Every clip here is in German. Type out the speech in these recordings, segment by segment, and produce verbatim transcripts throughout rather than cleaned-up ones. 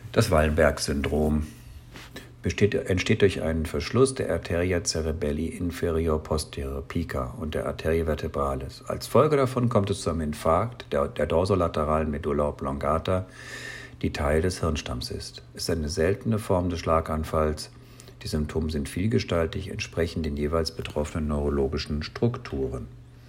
Das Wallenberg-Syndrom besteht, entsteht durch einen Verschluss der Arteria cerebelli inferior posterior pica und der Arteria vertebralis. Als Folge davon kommt es zu einem Infarkt der, der dorsolateralen Medulla oblongata, die Teil des Hirnstamms ist. Es ist eine seltene Form des Schlaganfalls. Die Symptome sind vielgestaltig, entsprechend den jeweils betroffenen neurologischen Strukturen.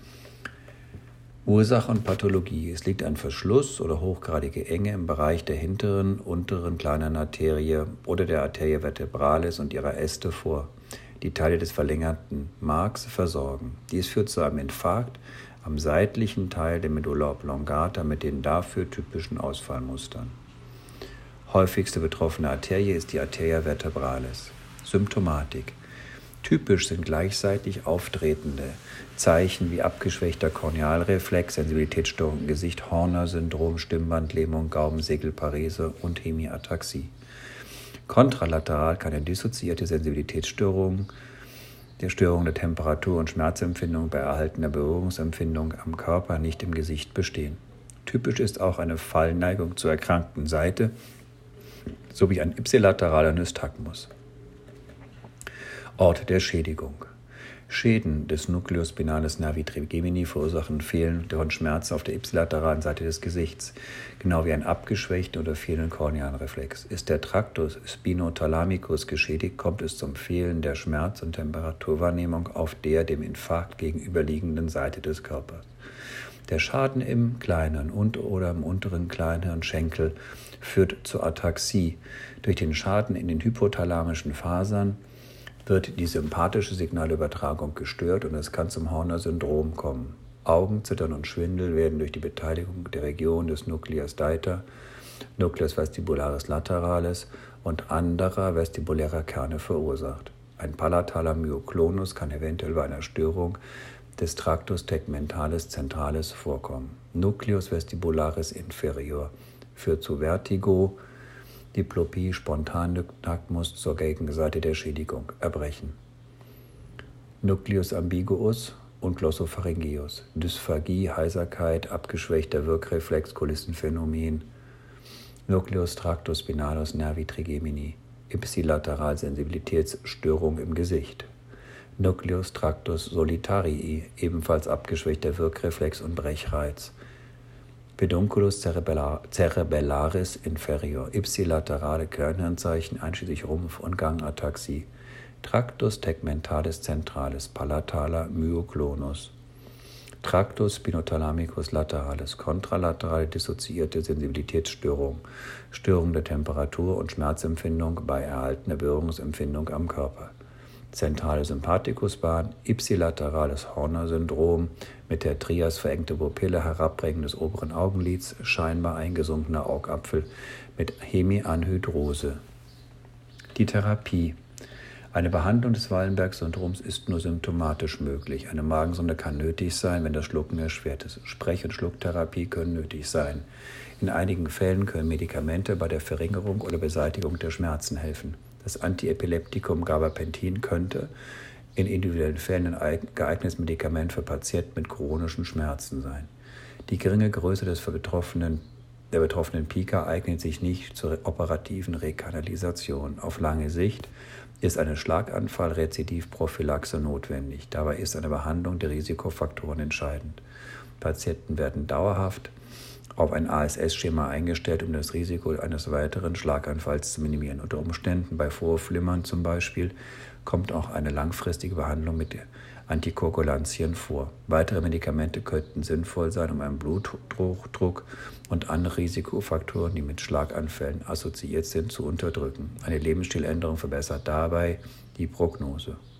Ursache und Pathologie. Es liegt ein Verschluss oder hochgradige Enge im Bereich der hinteren, unteren kleinen Arterie oder der Arteria vertebralis und ihrer Äste vor, die Teile des verlängerten Marks versorgen. Dies führt zu einem Infarkt am seitlichen Teil der Medulla oblongata mit den dafür typischen Ausfallmustern. Häufigste betroffene Arterie ist die Arteria vertebralis. Symptomatik. Typisch sind gleichzeitig auftretende Zeichen wie abgeschwächter Kornealreflex, Sensibilitätsstörung im Gesicht, Horner-Syndrom, Stimmbandlähmung, Gaumensegelparese und Hemiataxie. Kontralateral kann eine dissoziierte Sensibilitätsstörung, der Störung der Temperatur- und Schmerzempfindung bei erhaltener Berührungsempfindung am Körper, nicht im Gesicht bestehen. Typisch ist auch eine Fallneigung zur erkrankten Seite sowie ein ipsilateraler Nystagmus. Ort der Schädigung. Schäden des Nucleus spinalis nervi trigemini verursachen fehlende Schmerzen auf der ipsilateralen Seite des Gesichts, genau wie ein abgeschwächter oder fehlenden Kornealreflex. Ist der Tractus spinothalamicus geschädigt, kommt es zum Fehlen der Schmerz- und Temperaturwahrnehmung auf der dem Infarkt gegenüberliegenden Seite des Körpers. Der Schaden im kleinen und oder im unteren Kleinhirnschenkel führt zur Ataxie. Durch den Schaden in den hypothalamischen Fasern wird die sympathische Signalübertragung gestört und es kann zum Horner-Syndrom kommen. Augenzittern und Schwindel werden durch die Beteiligung der Region des Nucleus daeter, Nucleus vestibularis lateralis und anderer vestibulärer Kerne verursacht. Ein palataler Myoklonus kann eventuell bei einer Störung des Tractus tegmentalis centralis vorkommen. Nucleus vestibularis inferior führt zu Vertigo, Diplopie, Spontannystagmus zur Gegenseite der Schädigung, Erbrechen. Nucleus ambiguus und Glossopharyngeus, Dysphagie, Heiserkeit, abgeschwächter Wirkreflex, Kulissenphänomen. Nucleus tractus spinalis nervi trigemini, Ipsilateral-Sensibilitätsstörung im Gesicht. Nucleus tractus solitarii, ebenfalls abgeschwächter Wirkreflex und Brechreiz. Pedunculus cerebellaris inferior, ipsilaterale Kernhirnzeichen einschließlich Rumpf- und Gangataxie. Tractus tegmentalis centralis, palataler Myoklonus. Tractus spinothalamicus lateralis, kontralaterale dissoziierte Sensibilitätsstörung, Störung der Temperatur- und Schmerzempfindung bei erhaltener Berührungsempfindung am Körper. Zentrale Sympathikusbahn, ipsilaterales Horner-Syndrom mit der Trias verengte Pupille, Herabbringen des oberen Augenlids, scheinbar eingesunkener Augapfel mit Hemianhydrose. Die Therapie. Eine Behandlung des Wallenberg-Syndroms ist nur symptomatisch möglich. Eine Magensonde kann nötig sein, wenn das Schlucken erschwert ist. Sprech- und Schlucktherapie können nötig sein. In einigen Fällen können Medikamente bei der Verringerung oder Beseitigung der Schmerzen helfen. Das Antiepileptikum Gabapentin könnte in individuellen Fällen ein geeignetes Medikament für Patienten mit chronischen Schmerzen sein. Die geringe Größe des betroffenen, der betroffenen Pica eignet sich nicht zur operativen Rekanalisation. Auf lange Sicht ist eine Schlaganfall-Rezidivprophylaxe notwendig. Dabei ist eine Behandlung der Risikofaktoren entscheidend. Patienten werden dauerhaft auf ein A S S-Schema eingestellt, um das Risiko eines weiteren Schlaganfalls zu minimieren. Unter Umständen bei Vorflimmern zum Beispiel kommt auch eine langfristige Behandlung mit Antikoagulantien vor. Weitere Medikamente könnten sinnvoll sein, um einen Bluthochdruck und andere Risikofaktoren, die mit Schlaganfällen assoziiert sind, zu unterdrücken. Eine Lebensstiländerung verbessert dabei die Prognose.